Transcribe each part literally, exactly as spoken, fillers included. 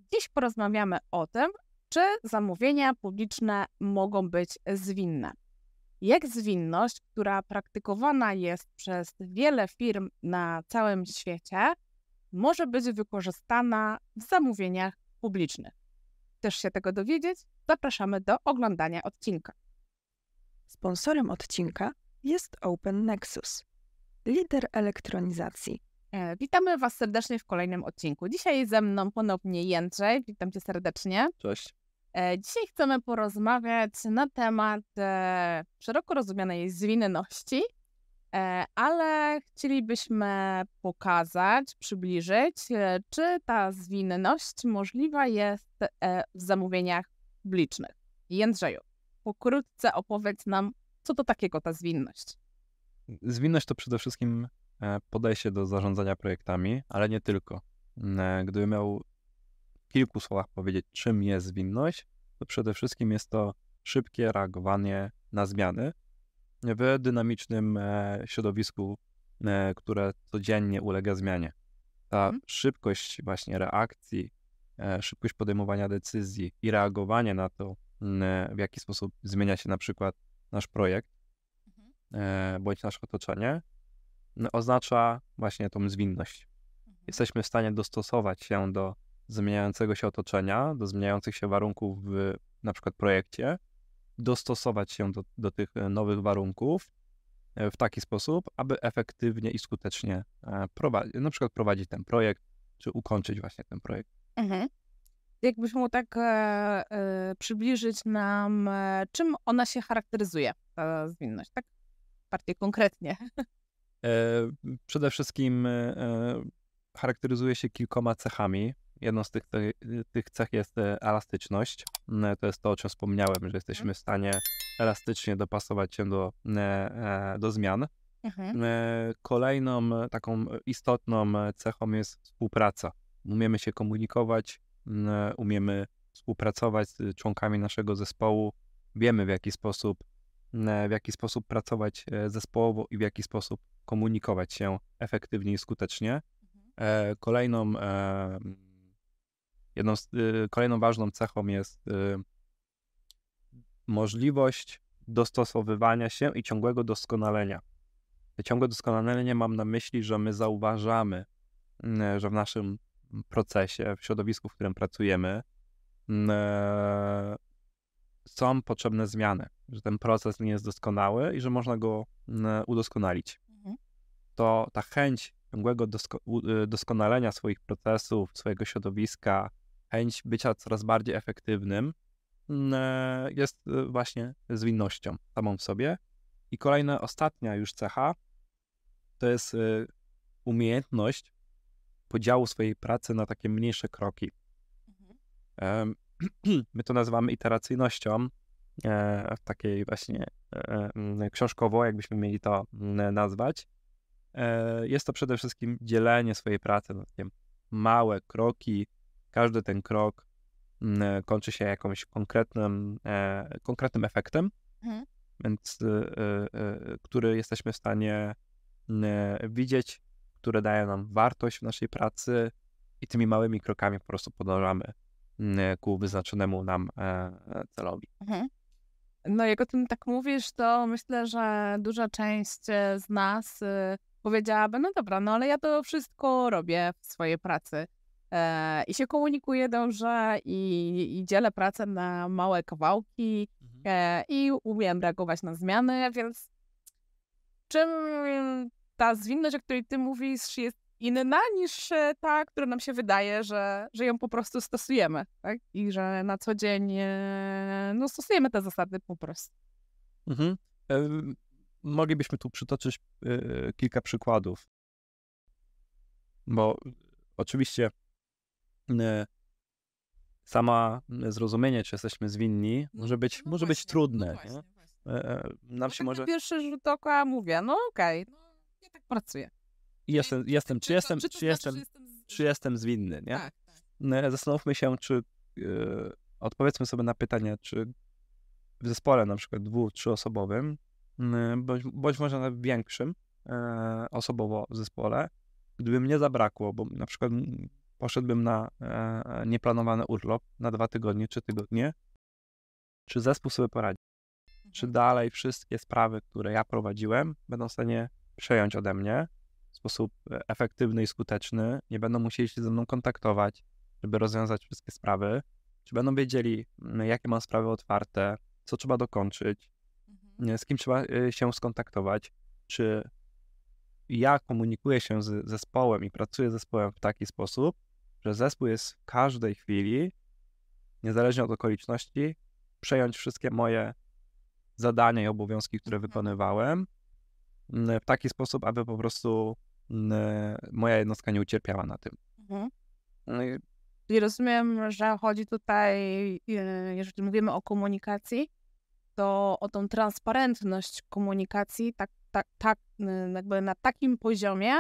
Dziś porozmawiamy o tym, czy zamówienia publiczne mogą być zwinne. Jak zwinność, która praktykowana jest przez wiele firm na całym świecie, może być wykorzystana w zamówieniach publicznych. Chcesz się tego dowiedzieć? Zapraszamy do oglądania odcinka. Sponsorem odcinka jest Open Nexus, lider elektronizacji. E, Witamy Was serdecznie w kolejnym odcinku. Dzisiaj ze mną ponownie Jędrzej. Witam Cię serdecznie. Cześć. E, Dzisiaj chcemy porozmawiać na temat e, szeroko rozumianej zwinności, e, ale chcielibyśmy pokazać, przybliżyć, e, czy ta zwinność możliwa jest e, w zamówieniach publicznych. Jędrzeju, pokrótce opowiedz nam, co to takiego ta zwinność. Zwinność to przede wszystkim podejście do zarządzania projektami, ale nie tylko. Gdybym miał w kilku słowach powiedzieć, czym jest zwinność, to przede wszystkim jest to szybkie reagowanie na zmiany w dynamicznym środowisku, które codziennie ulega zmianie. Ta hmm. szybkość właśnie reakcji, szybkość podejmowania decyzji i reagowanie na to, w jaki sposób zmienia się na przykład nasz projekt hmm. bądź nasze otoczenie, oznacza właśnie tą zwinność. Mhm. Jesteśmy w stanie dostosować się do zmieniającego się otoczenia, do zmieniających się warunków w na przykład projekcie, dostosować się do, do tych nowych warunków w taki sposób, aby efektywnie i skutecznie prowadzić, na przykład prowadzić ten projekt, czy ukończyć właśnie ten projekt. Mhm. Jakbyś mógł tak e, e, przybliżyć nam, e, czym ona się charakteryzuje, ta zwinność, tak bardziej konkretnie. Przede wszystkim charakteryzuje się kilkoma cechami. Jedną z tych, tych cech jest elastyczność. To jest to, o czym wspomniałem, że jesteśmy w stanie elastycznie dopasować się do, do zmian. Mhm. Kolejną taką istotną cechą jest współpraca. Umiemy się komunikować, umiemy współpracować z członkami naszego zespołu, wiemy w jaki sposób w jaki sposób pracować zespołowo i w jaki sposób komunikować się efektywnie i skutecznie. Mhm. Kolejną, jedną z, kolejną ważną cechą jest możliwość dostosowywania się i ciągłego doskonalenia. Ciągłe doskonalenie mam na myśli, że my zauważamy, że w naszym procesie, w środowisku, w którym pracujemy, są potrzebne zmiany, że ten proces nie jest doskonały i że można go udoskonalić. Mhm. To ta chęć ciągłego dosko- doskonalenia swoich procesów, swojego środowiska, chęć bycia coraz bardziej efektywnym jest właśnie zwinnością samą w sobie. I kolejna, ostatnia już cecha to jest umiejętność podziału swojej pracy na takie mniejsze kroki. Mhm. My to nazywamy iteracyjnością, e, w takiej właśnie e, książkowo, jakbyśmy mieli to nazwać. E, jest to przede wszystkim dzielenie swojej pracy na takie małe kroki. Każdy ten krok m, kończy się jakimś konkretnym, e, konkretnym efektem, mhm. więc e, e, który jesteśmy w stanie e, widzieć, które daje nam wartość w naszej pracy i tymi małymi krokami po prostu podążamy ku wyznaczonemu nam celowi. Mhm. No jak o tym tak mówisz, to myślę, że duża część z nas powiedziałaby, no dobra, no ale ja to wszystko robię w swojej pracy e, i się komunikuję dobrze i, i dzielę pracę na małe kawałki mhm. e, i umiem reagować na zmiany, więc czym ta zwinność, o której ty mówisz, jest inna niż ta, która nam się wydaje, że, że ją po prostu stosujemy, tak? I że na co dzień no, stosujemy te zasady po prostu. Mhm. E, moglibyśmy tu przytoczyć e, kilka przykładów, bo oczywiście e, sama zrozumienie, czy jesteśmy zwinni, no, może być, no może właśnie, być trudne. No właśnie, właśnie. E, nam no się tak może... na pierwszy rzut oka mówię, no okej, okay, no ja tak pracuję. I jestem, jestem, czy, czy, jestem, czy, czy, jestem, znaczy, jestem z... czy jestem zwinny, nie? Tak, tak. Zastanówmy się, czy yy, odpowiedzmy sobie na pytanie, czy w zespole na przykład dwu-, trzyosobowym, yy, bądź, bądź może nawet większym yy, osobowo w zespole, gdyby mnie zabrakło, bo na przykład poszedłbym na e, nieplanowany urlop na dwa tygodnie, trzy tygodnie, czy zespół sobie poradzi? Czy dalej wszystkie sprawy, które ja prowadziłem, będą w stanie przejąć ode mnie w sposób efektywny i skuteczny, nie będą musieli się ze mną kontaktować, żeby rozwiązać wszystkie sprawy, czy będą wiedzieli, jakie mam sprawy otwarte, co trzeba dokończyć, mhm. z kim trzeba się skontaktować, czy ja komunikuję się z zespołem i pracuję z zespołem w taki sposób, że zespół jest w każdej chwili, niezależnie od okoliczności, przejąć wszystkie moje zadania i obowiązki, które wykonywałem w taki sposób, aby po prostu moja jednostka nie ucierpiała na tym. Mhm. I rozumiem, że chodzi tutaj, jeżeli mówimy o komunikacji, to o tą transparentność komunikacji tak, tak, tak jakby na takim poziomie,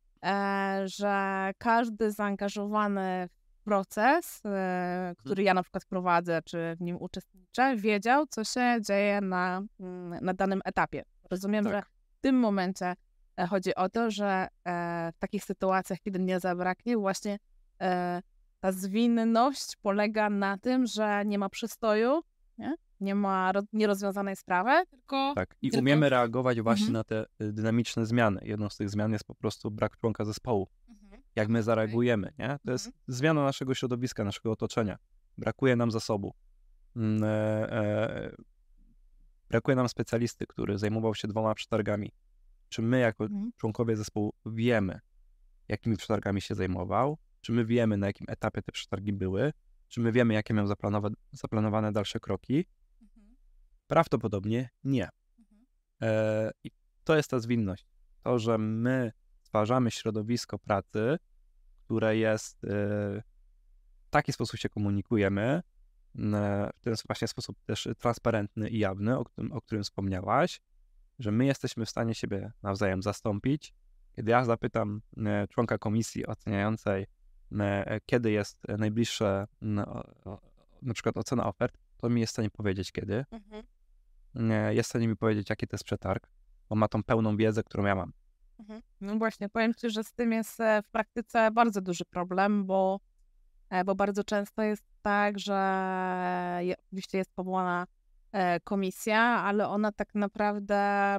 że każdy zaangażowany w proces, który ja na przykład prowadzę, czy w nim uczestniczę, wiedział, co się dzieje na, na danym etapie. Rozumiem, tak. że w tym momencie chodzi o to, że w takich sytuacjach, kiedy mnie zabraknie, właśnie ta zwinność polega na tym, że nie ma przystoju, nie, nie ma ro- nierozwiązanej sprawy, tylko... Tak, i tylko... umiemy reagować właśnie mhm. na te dynamiczne zmiany. Jedną z tych zmian jest po prostu brak członka zespołu. Mhm. Jak my zareagujemy, nie? To mhm. jest zmiana naszego środowiska, naszego otoczenia. Brakuje nam zasobu. E, e, brakuje nam specjalisty, który zajmował się dwoma przetargami. Czy my jako mhm. członkowie zespołu wiemy, jakimi przetargami się zajmował? Czy my wiemy, na jakim etapie te przetargi były? Czy my wiemy, jakie miał zaplanowa- zaplanowane dalsze kroki? Mhm. Prawdopodobnie nie. Mhm. E, I to jest ta zwinność. To, że my stwarzamy środowisko pracy, które jest e, w taki sposób się komunikujemy, e, w ten właśnie sposób też transparentny i jawny, o którym, o którym wspomniałaś, że my jesteśmy w stanie siebie nawzajem zastąpić. Kiedy ja zapytam e, członka komisji oceniającej, kiedy jest najbliższe na przykład ocena ofert, to mi jest w stanie powiedzieć kiedy. Mhm. Jest w stanie mi powiedzieć, jaki to jest przetarg, bo ma tą pełną wiedzę, którą ja mam. Mhm. No właśnie, powiem Ci, że z tym jest w praktyce bardzo duży problem, bo, bo bardzo często jest tak, że oczywiście jest powołana komisja, ale ona tak naprawdę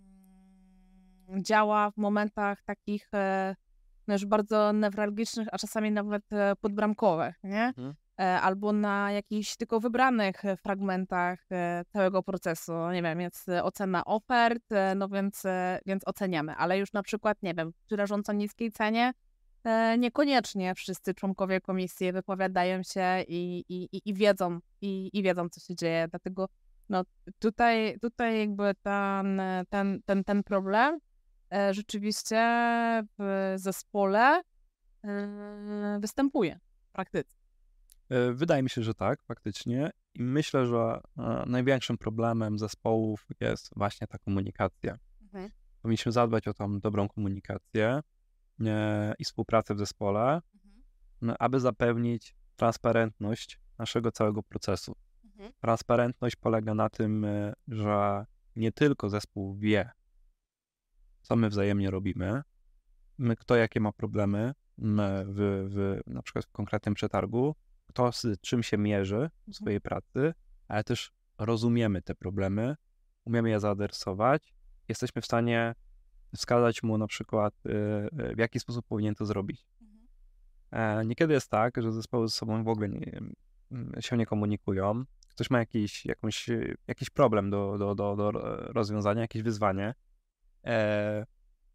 działa w momentach takich no już bardzo newralgicznych, a czasami nawet podbramkowych, nie? Mhm. Albo na jakichś tylko wybranych fragmentach całego procesu. Nie wiem, jest ocena ofert, no więc, więc oceniamy, ale już na przykład, nie wiem, przy rażąco niskiej cenie niekoniecznie wszyscy członkowie komisji wypowiadają się i, i, i wiedzą, i, i wiedzą, co się dzieje. Dlatego no, tutaj, tutaj jakby ten, ten, ten, ten problem rzeczywiście w zespole występuje w praktyce. Wydaje mi się, że tak, faktycznie. I myślę, że największym problemem zespołów jest właśnie ta komunikacja. Mhm. Powinniśmy zadbać o tą dobrą komunikację i współpracę w zespole, mhm. aby zapewnić transparentność naszego całego procesu. Mhm. Transparentność polega na tym, że nie tylko zespół wie, co my wzajemnie robimy, my, kto jakie ma problemy w, w, na przykład w konkretnym przetargu, kto z czym się mierzy w swojej pracy, ale też rozumiemy te problemy, umiemy je zaadresować, jesteśmy w stanie wskazać mu na przykład, w jaki sposób powinien to zrobić. Mhm. Niekiedy jest tak, że zespoły ze sobą w ogóle nie, się nie komunikują, ktoś ma jakiś, jakąś, jakiś problem do, do, do, do rozwiązania, jakieś wyzwanie, E,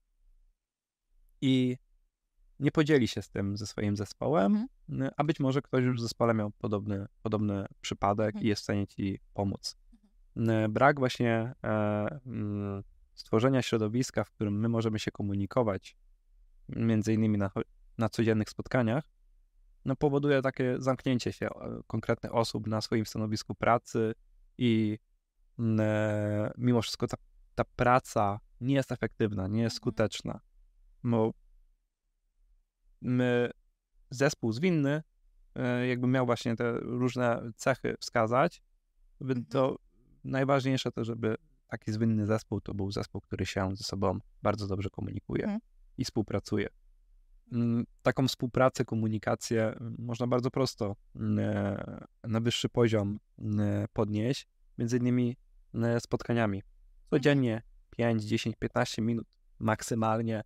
i nie podzieli się z tym ze swoim zespołem, mhm. a być może ktoś już w zespole miał podobny, podobny przypadek mhm. i jest w stanie ci pomóc. Mhm. Brak właśnie e, stworzenia środowiska, w którym my możemy się komunikować, między innymi na, na codziennych spotkaniach, no powoduje takie zamknięcie się konkretnych osób na swoim stanowisku pracy i e, mimo wszystko ta, ta praca nie jest efektywna, nie jest skuteczna, bo my, zespół zwinny jakby miał właśnie te różne cechy wskazać, to najważniejsze to, żeby taki zwinny zespół to był zespół, który się ze sobą bardzo dobrze komunikuje mhm. i współpracuje. taką współpracę, komunikację można bardzo prosto na wyższy poziom podnieść, między innymi spotkaniami. Codziennie pięć, dziesięć, piętnaście minut maksymalnie.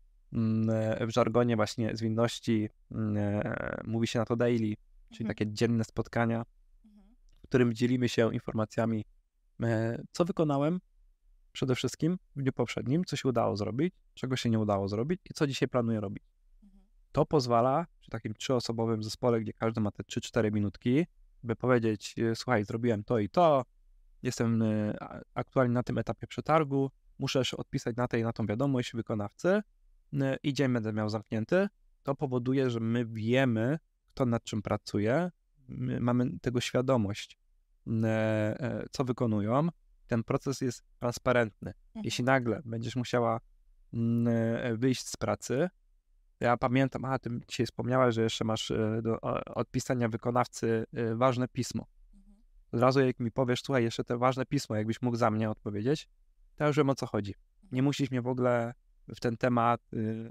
W żargonie właśnie zwinności mówi się na to daily, czyli takie dzienne spotkania, w którym dzielimy się informacjami, co wykonałem przede wszystkim w dniu poprzednim, co się udało zrobić, czego się nie udało zrobić i co dzisiaj planuję robić. To pozwala przy takim trzyosobowym zespole, gdzie każdy ma te trzy cztery minutki, by powiedzieć, słuchaj, zrobiłem to i to, jestem aktualnie na tym etapie przetargu, muszę jeszcze odpisać na tej na tą wiadomość wykonawcy i dzień będę miał zamknięty. To powoduje, że my wiemy, kto nad czym pracuje, my mamy tego świadomość, co wykonują. Ten proces jest transparentny. Mhm. Jeśli nagle będziesz musiała wyjść z pracy, ja pamiętam, a ty dzisiaj wspomniałaś, że jeszcze masz do odpisania wykonawcy ważne pismo. Mhm. Od razu jak mi powiesz, słuchaj, jeszcze te ważne pismo, jakbyś mógł za mnie odpowiedzieć, to ja już wiem, o co chodzi. Nie musisz mnie w ogóle w ten temat yy,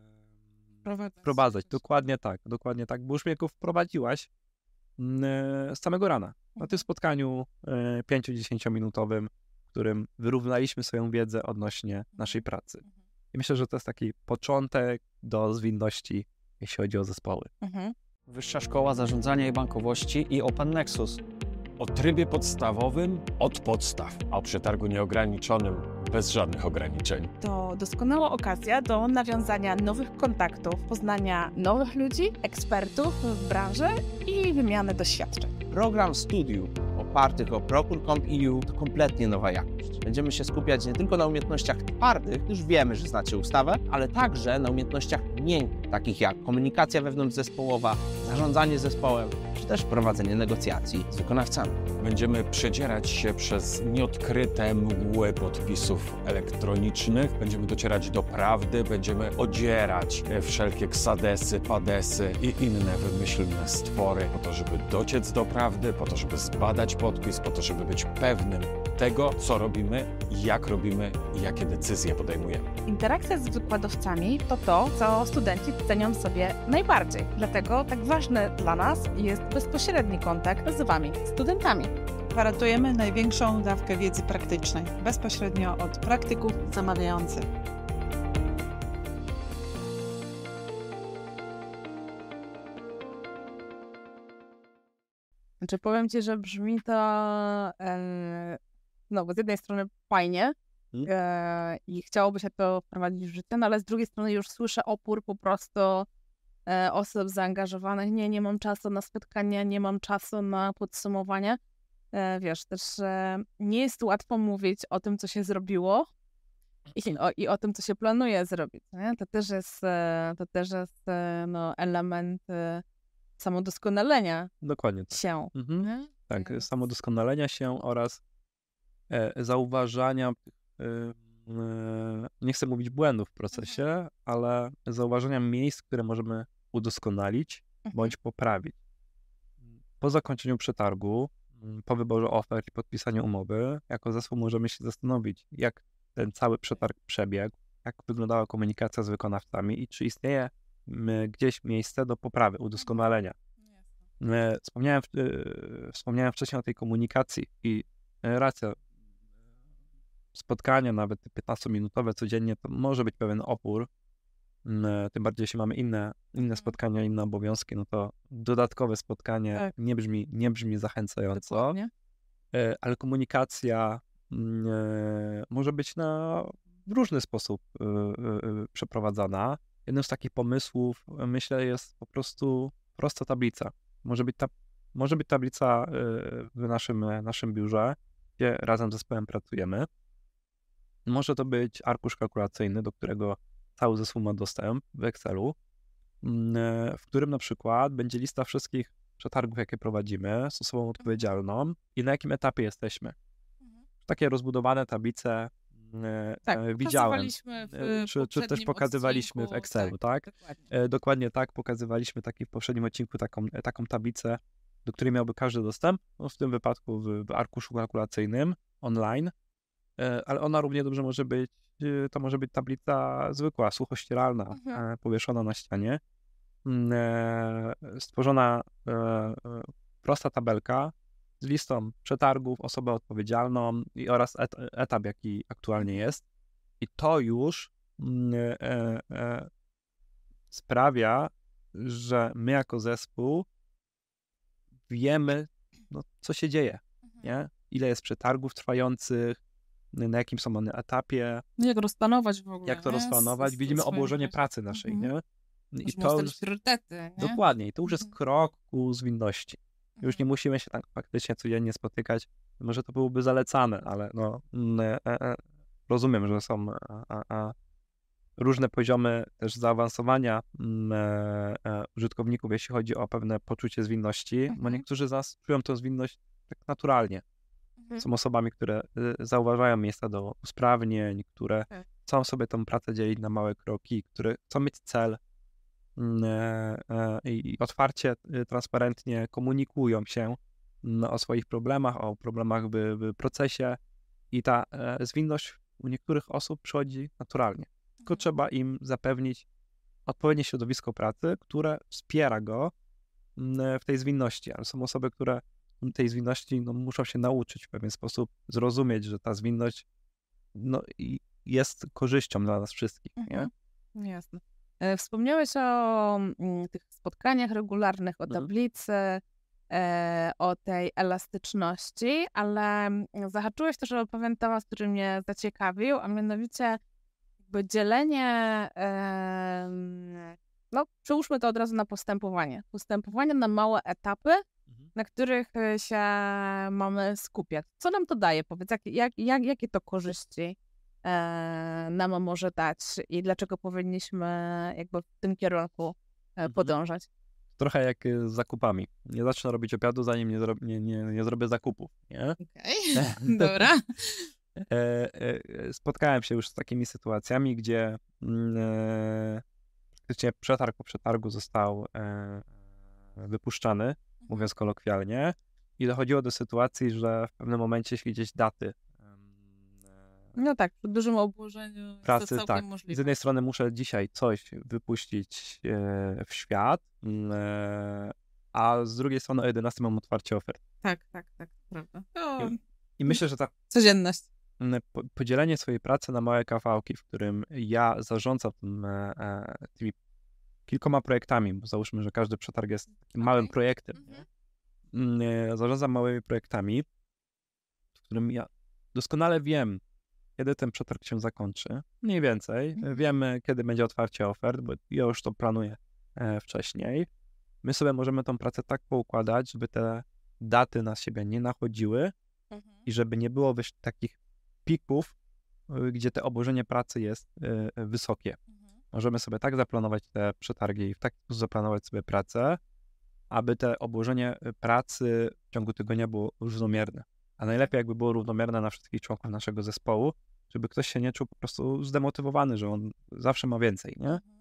wprowadzać. Dokładnie tak, dokładnie tak, bo już mnie go wprowadziłaś yy, z samego rana. Na tym spotkaniu yy, pięcio-dziesięciominutowym, w którym wyrównaliśmy swoją wiedzę odnośnie naszej pracy. I myślę, że to jest taki początek do zwinności, jeśli chodzi o zespoły. Mhm. Wyższa Szkoła Zarządzania i Bankowości i Open Nexus. O trybie podstawowym od podstaw, a o przetargu nieograniczonym bez żadnych ograniczeń. To doskonała okazja do nawiązania nowych kontaktów, poznania nowych ludzi, ekspertów w branży i wymiany doświadczeń. Program studiów opartych o Procure Comp E U to kompletnie nowa jakość. Będziemy się skupiać nie tylko na umiejętnościach twardych, już wiemy, że znacie ustawę, ale także na umiejętnościach miękkich, takich jak komunikacja wewnątrzzespołowa, zarządzanie zespołem, czy też prowadzenie negocjacji z wykonawcami. Będziemy przedzierać się przez nieodkryte mgły podpisów elektronicznych, będziemy docierać do prawdy, będziemy odzierać wszelkie ksadesy, padesy i inne wymyślne stwory po to, żeby dociec do prawdy, po to, żeby zbadać podpis, po to, żeby być pewnym tego, co robimy, jak robimy i jakie decyzje podejmujemy. Interakcja z wykładowcami to to, co studenci cenią sobie najbardziej. Dlatego tak ważny dla nas jest bezpośredni kontakt z Wami, studentami. Gwarantujemy największą dawkę wiedzy praktycznej, bezpośrednio od praktyków zamawiających. Znaczy powiem Ci, że brzmi to e, no bo z jednej strony fajnie e, i chciałoby się to wprowadzić w życie, no ale z drugiej strony już słyszę opór po prostu e, osób zaangażowanych. Nie, nie mam czasu na spotkania, nie mam czasu na podsumowanie. E, wiesz, też e, nie jest łatwo mówić o tym, co się zrobiło i o, i o tym, co się planuje zrobić. Nie? To też jest, e, to też jest e, no, element e, samodoskonalenia Dokładnie tak. się. Mhm. Tak, samodoskonalenia się oraz e, zauważania, e, e, nie chcę mówić błędów w procesie, mhm. ale zauważania miejsc, które możemy udoskonalić mhm. bądź poprawić. Po zakończeniu przetargu, po wyborze ofert i podpisaniu umowy, jako zespół możemy się zastanowić, jak ten cały przetarg przebiegł, jak wyglądała komunikacja z wykonawcami i czy istnieje gdzieś miejsce do poprawy, udoskonalenia. Yes. Wspomniałem, wspomniałem wcześniej o tej komunikacji i racja, spotkania nawet piętnastominutowe codziennie to może być pewien opór, tym bardziej jeśli mamy inne, inne spotkania, inne obowiązki, no to dodatkowe spotkanie tak. nie brzmi, nie brzmi zachęcająco, Dokładnie. ale komunikacja może być na w różny sposób przeprowadzana. Jednym z takich pomysłów, myślę, jest po prostu prosta tablica. Może być, ta, może być tablica w naszym, naszym biurze, gdzie razem z zespołem pracujemy. Może to być arkusz kalkulacyjny, do którego cały zespół ma dostęp w Excelu, w którym na przykład będzie lista wszystkich przetargów, jakie prowadzimy, z osobą odpowiedzialną i na jakim etapie jesteśmy. Takie rozbudowane tablice tak, widziałem, czy, czy też pokazywaliśmy odcinku, w Excelu, tak? tak? Dokładnie. dokładnie tak, pokazywaliśmy taki w poprzednim odcinku taką, taką tablicę, do której miałby każdy dostęp, no w tym wypadku w, w arkuszu kalkulacyjnym online, ale ona równie dobrze może być, to może być tablica zwykła, suchościeralna, Mhm. powieszona na ścianie, stworzona prosta tabelka z listą przetargów, osobę odpowiedzialną i oraz et, etap, jaki aktualnie jest. I to już e, e, sprawia, że my jako zespół wiemy, no, co się dzieje, nie? Ile jest przetargów trwających, na jakim są one etapie, Jak rozplanować w ogóle, jak to nie? rozplanować. Z- z- Widzimy swoją obłożenie treść. pracy naszej, Mhm. nie? I Możemy to ustalić już, priorytety, nie? dokładnie, i to już jest Mhm. krok ku zwinności. Już nie musimy się tak faktycznie codziennie spotykać. Może to byłoby zalecane, ale no, mm, e, e, rozumiem, że są a, a, a różne poziomy też zaawansowania mm, e, e, użytkowników, jeśli chodzi o pewne poczucie zwinności, bo Mhm. niektórzy z nas czują tę zwinność tak naturalnie. Mhm. Są osobami, które y, zauważają miejsca do usprawnień, które Tak. chcą sobie tę pracę dzielić na małe kroki, które chcą mieć cel mm, e, e, i otwarcie, y, transparentnie komunikują się mm, o swoich problemach, o problemach w, w procesie i ta e, zwinność u niektórych osób przychodzi naturalnie. Tylko Mhm. trzeba im zapewnić odpowiednie środowisko pracy, które wspiera go mm, w tej zwinności, ale są osoby, które tej zwinności no, muszą się nauczyć w pewien sposób, zrozumieć, że ta zwinność no, i jest korzyścią dla nas wszystkich, nie? Mhm. Jasne. E, Wspomniałeś o mm, tych spotkaniach regularnych, o Mhm. tablicy, e, o tej elastyczności, ale mm, zahaczyłeś też o pewien temat, który mnie zaciekawił, a mianowicie jakby dzielenie, em, no przełóżmy to od razu na postępowanie. Postępowanie na małe etapy, Mhm. na których y, się mamy skupiać. Co nam to daje? Powiedz, jak, jak, jak, jakie to korzyści e, nam może dać i dlaczego powinniśmy jakby w tym kierunku e, Mhm. podążać? Trochę jak y, z zakupami. Nie zacznę robić obiadu, zanim nie, zro- nie, nie, nie zrobię zakupów, nie? Okej, dobra. E, e, spotkałem się już z takimi sytuacjami, gdzie mm, e, praktycznie przetarg po przetargu został e, wypuszczany, mówiąc kolokwialnie, i dochodziło do sytuacji, że w pewnym momencie, jeśli gdzieś daty em, e, No tak, przy dużym obłożeniu jest to pracy, całkiem tak. możliwe. Z jednej strony muszę dzisiaj coś wypuścić e, w świat, mm, e, a z drugiej strony o jedenastej mam otwarcie ofert. Tak, tak, tak, prawda. To I myślę, że ta codzienność. mm, po- podzielenie swojej pracy na małe kawałki, w którym ja zarządzam tym, e, e, tymi kilkoma projektami, bo załóżmy, że każdy przetarg jest takim małym Okej. projektem, Mhm. nie? Mm, e, zarządzam małymi projektami, w którym ja doskonale wiem, kiedy ten przetarg się zakończy, mniej więcej. Mhm. Wiemy, kiedy będzie otwarcie ofert, bo ja już to planuję e, wcześniej. My sobie możemy tą pracę tak poukładać, żeby te daty na siebie nie nachodziły Mhm. i żeby nie było wyś- takich pików, y, gdzie te obłożenie pracy jest y, wysokie. Mhm. Możemy sobie tak zaplanować te przetargi i w taki sposób zaplanować sobie pracę, aby te obłożenie y, pracy w ciągu tygodnia było równomierne. A najlepiej jakby było równomierne na wszystkich członków naszego zespołu, żeby ktoś się nie czuł po prostu zdemotywowany, że on zawsze ma więcej, nie? Mhm.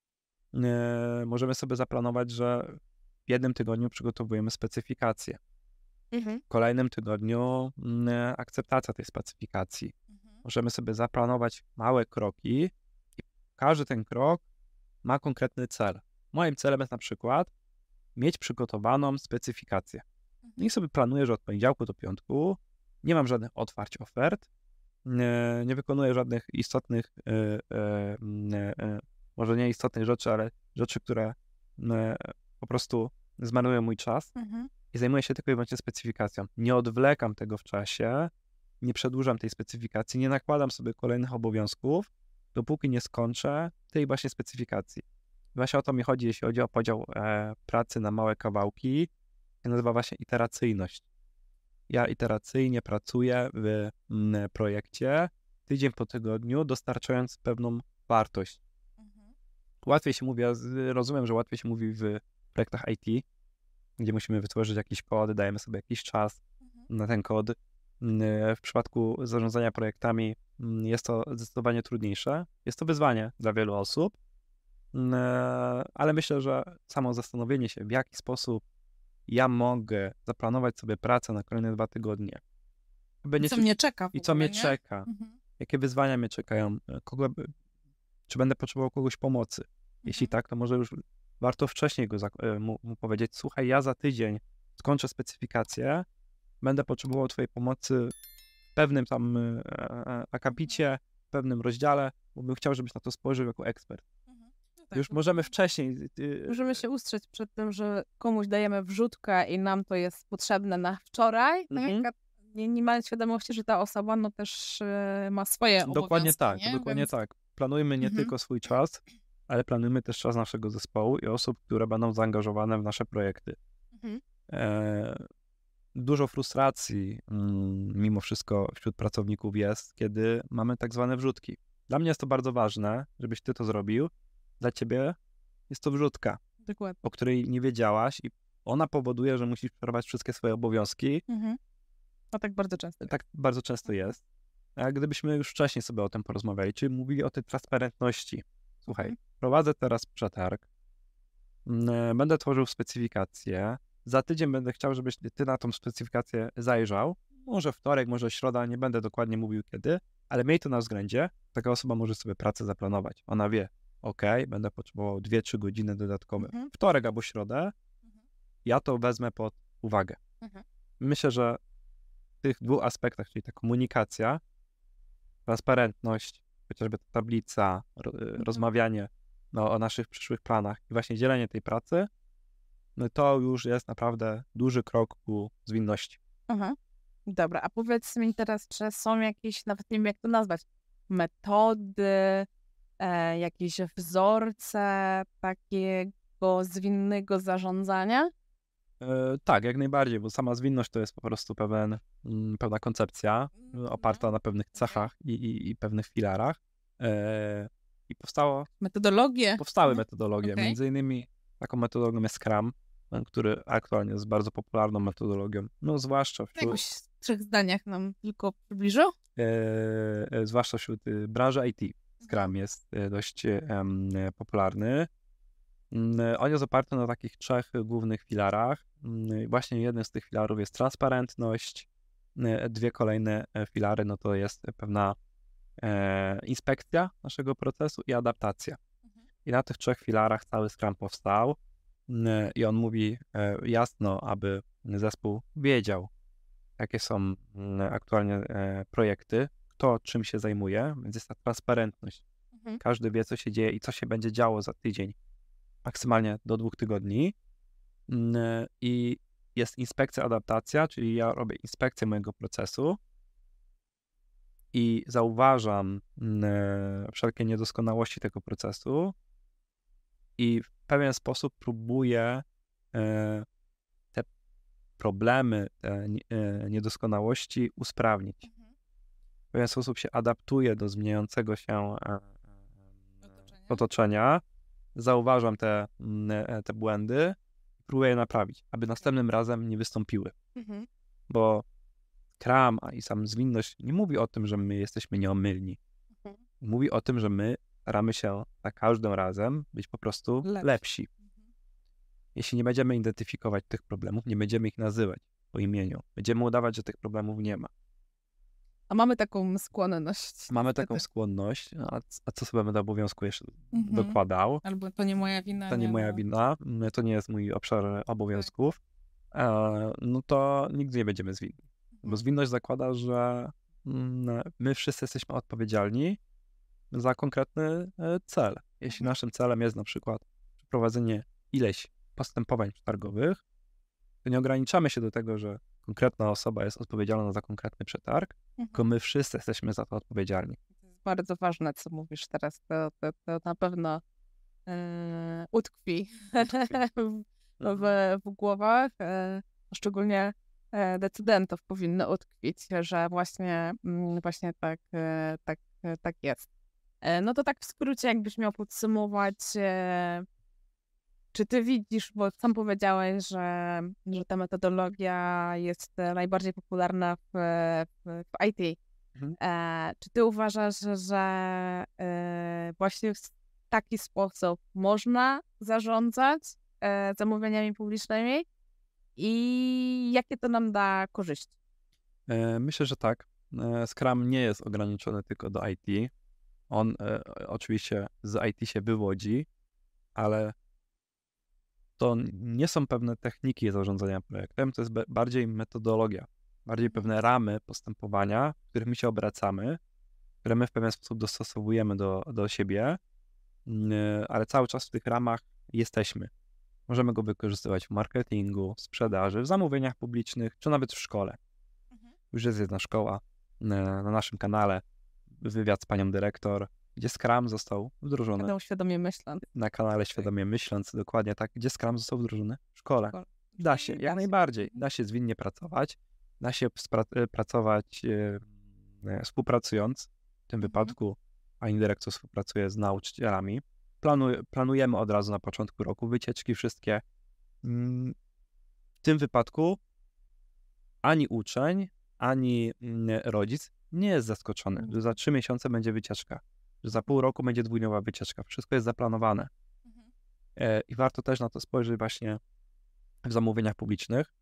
E, możemy sobie zaplanować, że w jednym tygodniu przygotowujemy specyfikację. Mhm. W kolejnym tygodniu mm, akceptacja tej specyfikacji. Mhm. Możemy sobie zaplanować małe kroki i każdy ten krok ma konkretny cel. Moim celem jest na przykład mieć przygotowaną specyfikację. I sobie planuję, że od poniedziałku do piątku nie mam żadnych otwarć ofert, nie, nie wykonuję żadnych istotnych, e, e, e, może nie istotnych rzeczy, ale rzeczy, które e, po prostu zmarnują mój czas Mhm. i zajmuję się tylko i wyłącznie specyfikacją. Nie odwlekam tego w czasie, nie przedłużam tej specyfikacji, nie nakładam sobie kolejnych obowiązków, dopóki nie skończę tej właśnie specyfikacji. Właśnie o to mi chodzi, jeśli chodzi o podział e, pracy na małe kawałki. To nazywa właśnie iteracyjność. Ja iteracyjnie pracuję w mm, projekcie, tydzień po tygodniu, dostarczając pewną wartość. Mhm. Łatwiej się mówi, ja z- rozumiem, że łatwiej się mówi w projektach I T, gdzie musimy wytworzyć jakiś kod, dajemy sobie jakiś czas Mhm. na ten kod. Mm, W przypadku zarządzania projektami mm, jest to zdecydowanie trudniejsze. Jest to wyzwanie dla wielu osób, mm, ale myślę, że samo zastanowienie się, w jaki sposób ja mogę zaplanować sobie pracę na kolejne dwa tygodnie Jakby nie Co czy- mnie czeka w I co ogóle, mnie nie? czeka. Mhm. Jakie wyzwania mnie czekają, kogo, czy będę potrzebował kogoś pomocy. Jeśli tak, to może już warto wcześniej go zak- mu, mu powiedzieć, słuchaj, ja za tydzień skończę specyfikację, będę potrzebował twojej pomocy w pewnym tam e, e, akapicie, w pewnym rozdziale, bo bym chciał, żebyś na to spojrzał jako ekspert. No tak, Już bo- możemy wcześniej... y, Możemy się ustrzec przed tym, że komuś dajemy wrzutkę i nam to jest potrzebne na wczoraj, Mhm. tak? nie, nie mając świadomości, że ta osoba no też e, ma swoje Dokładnie obowiązki, tak, nie? dokładnie Więc... tak. Planujmy nie Mhm. tylko swój czas, ale planujmy też czas naszego zespołu i osób, które będą zaangażowane w nasze projekty. Mhm. E, dużo frustracji mm, mimo wszystko wśród pracowników jest, kiedy mamy tak zwane wrzutki. Dla mnie jest to bardzo ważne, żebyś ty to zrobił. Dla ciebie jest to wrzutka, Dokładnie. o której nie wiedziałaś i ona powoduje, że musisz przerwać wszystkie swoje obowiązki. Mhm. A tak bardzo często. Tak bardzo często jest. A gdybyśmy już wcześniej sobie o tym porozmawiali, czyli mówili o tej transparentności. Słuchaj, Mhm. prowadzę teraz przetarg, mm, będę tworzył specyfikację, za tydzień będę chciał, żebyś ty na tą specyfikację zajrzał, może wtorek, może środa, nie będę dokładnie mówił kiedy, ale miej to na względzie, taka osoba może sobie pracę zaplanować. Ona wie, ok, będę potrzebował dwie trzy godziny dodatkowe. Mhm. Wtorek albo środę, ja to wezmę pod uwagę. Mhm. Myślę, że w tych dwóch aspektach, czyli ta komunikacja, transparentność, chociażby ta tablica, ro, rozmawianie no, o naszych przyszłych planach i właśnie dzielenie tej pracy, no to już jest naprawdę duży krok ku zwinności. Aha. Dobra, a powiedz mi teraz, czy są jakieś, nawet nie wiem jak to nazwać, metody, e, jakieś wzorce takiego zwinnego zarządzania? E, tak, jak najbardziej, bo sama zwinność to jest po prostu pewien, mm, pewna koncepcja Mhm. oparta na pewnych cechach i, i, i pewnych filarach. E, I powstało, Metodologie? powstały Mhm. metodologie, Okej. między innymi taką metodologią jest Scrum, e, który aktualnie jest bardzo popularną metodologią, no zwłaszcza W wśród, jakoś w trzech zdaniach nam tylko przybliżył? e, e, zwłaszcza wśród y, branży I T. Scrum jest e, dość e, em, e, popularny. Mm, On jest oparty na takich trzech głównych filarach. Mm, Właśnie jednym z tych filarów jest transparentność. E, Dwie kolejne e, filary, no to jest pewna e, inspekcja naszego procesu i adaptacja. I na tych trzech filarach cały Scrum powstał. Mm, I on mówi e, jasno, aby zespół wiedział, jakie są mm, aktualnie e, projekty, kto czym się zajmuje, więc jest ta transparentność. Mhm. Każdy wie, co się dzieje i co się będzie działo za tydzień, maksymalnie do dwóch tygodni. Mm, I jest inspekcja, adaptacja, czyli ja robię inspekcję mojego procesu i zauważam mm, wszelkie niedoskonałości tego procesu i w pewien sposób próbuję e, te problemy, te nie- e, niedoskonałości usprawnić. W pewien sposób się adaptuję do zmieniającego się e, Otoczenia. otoczenia, zauważam te, mm, e, te błędy i próbuję je naprawić, aby następnym razem nie wystąpiły. Mhm. Bo Scrum a i sam zwinność nie mówi o tym, że my jesteśmy nieomylni. Mhm. Mówi o tym, że my staramy się za każdym razem być po prostu Lepsi. lepsi. Jeśli nie będziemy identyfikować tych problemów, nie będziemy ich nazywać po imieniu, będziemy udawać, że tych problemów nie ma. A mamy taką skłonność. Mamy taką niestety. skłonność, a, c- a co sobie będę obowiązku jeszcze Mhm. dokładał? Albo to nie moja wina. To nie moja no. wina, mm, to nie jest mój obszar obowiązków, e, no to nigdy nie będziemy zwinni. Bo zwinność zakłada, że mm, my wszyscy jesteśmy odpowiedzialni za konkretny e, cel. Jeśli naszym celem jest na przykład przeprowadzenie ileś postępowań przetargowych, to nie ograniczamy się do tego, że konkretna osoba jest odpowiedzialna za konkretny przetarg, tylko my wszyscy jesteśmy za to odpowiedzialni. To jest bardzo ważne, co mówisz teraz. To, to, to na pewno e, utkwi w, w, w głowach. E, szczególnie e, decydentów powinno utkwić, że właśnie, mm, właśnie tak, e, tak, e, tak jest. E, no to tak w skrócie, jakbyś miał podsumować, e, czy ty widzisz, bo sam powiedziałeś, że, że ta metodologia jest e, najbardziej popularna w, w, w I T. Mhm. E, czy ty uważasz, że e, właśnie w taki sposób można zarządzać e, zamówieniami publicznymi i jakie to nam da korzyści? E, Myślę, że tak. E, Scrum nie jest ograniczony tylko do I T. On e, oczywiście z I T się wywodzi, ale to nie są pewne techniki zarządzania projektem, to jest be- bardziej metodologia, bardziej pewne ramy postępowania, w których my się obracamy, które my w pewien sposób dostosowujemy do, do siebie, mm, ale cały czas w tych ramach jesteśmy. Możemy go wykorzystywać w marketingu, w sprzedaży, w zamówieniach publicznych, czy nawet w szkole. Już jest jedna szkoła na, na naszym kanale, wywiad z panią dyrektor, gdzie Scrum został wdrożony. Będą świadomie myśląc. Na kanale Świadomie Myśląc, dokładnie tak, gdzie Scrum został wdrożony w szkole. Szkole. Da się, jak najbardziej. Da się zwinnie pracować, da się spra- pracować e, e, współpracując. W tym wypadku pani dyrektor współpracuje z nauczycielami. Planu- planujemy od razu na początku roku wycieczki wszystkie. Mm, W tym wypadku ani uczeń, ani mm, rodzic nie jest zaskoczony, że za trzy miesiące będzie wycieczka, że za pół roku będzie dwudniowa wycieczka. Wszystko jest zaplanowane. E, I warto też na to spojrzeć właśnie w zamówieniach publicznych.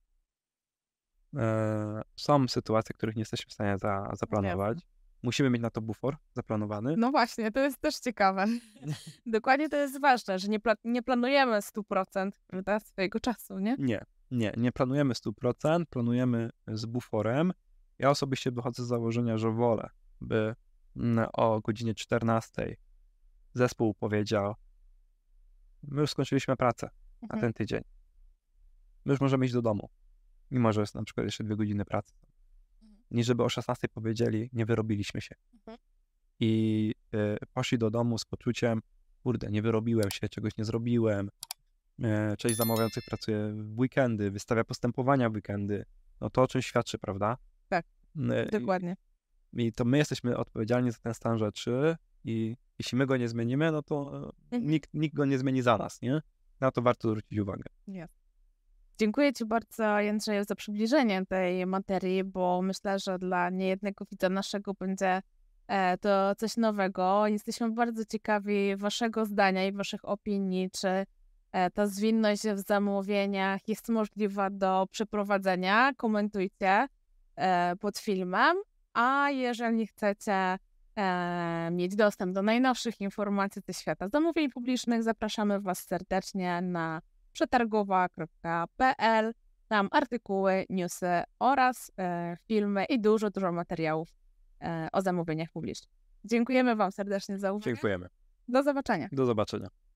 E, Są sytuacje, których nie jesteśmy w stanie za, zaplanować. Musimy mieć na to bufor zaplanowany. No właśnie, to jest też ciekawe. Dokładnie to jest ważne, że nie, pla- nie planujemy stu procent prawda, swojego czasu, nie? Nie, nie, nie planujemy stu procent, planujemy z buforem. Ja osobiście wychodzę z założenia, że wolę, by mm, o godzinie czternastej zespół powiedział: my już skończyliśmy pracę na Mhm. ten tydzień. My już możemy iść do domu, mimo że jest na przykład jeszcze dwie godziny pracy. Niż żeby o szesnastej powiedzieli: nie wyrobiliśmy się. Mhm. I y, poszli do domu z poczuciem: kurde, nie wyrobiłem się, czegoś nie zrobiłem. E, Część zamawiających pracuje w weekendy, wystawia postępowania w weekendy. No to o czym świadczy, prawda? Tak, E, i- Dokładnie. I to my jesteśmy odpowiedzialni za ten stan rzeczy i jeśli my go nie zmienimy, no to e, Mhm. nikt, nikt go nie zmieni za nas, nie? Na to warto zwrócić uwagę. Dziękuję Ci bardzo, Jędrzeju, za przybliżenie tej materii, bo myślę, że dla niejednego widza naszego będzie e, to coś nowego. Jesteśmy bardzo ciekawi Waszego zdania i Waszych opinii, czy e, ta zwinność w zamówieniach jest możliwa do przeprowadzenia. Komentujcie e, pod filmem, a jeżeli chcecie e, mieć dostęp do najnowszych informacji ze świata zamówień publicznych, zapraszamy Was serdecznie na przetargowa kropka p l. Tam artykuły, newsy oraz e, filmy i dużo, dużo materiałów e, o zamówieniach publicznych. Dziękujemy Wam serdecznie za uwagę. Dziękujemy. Do zobaczenia. Do zobaczenia.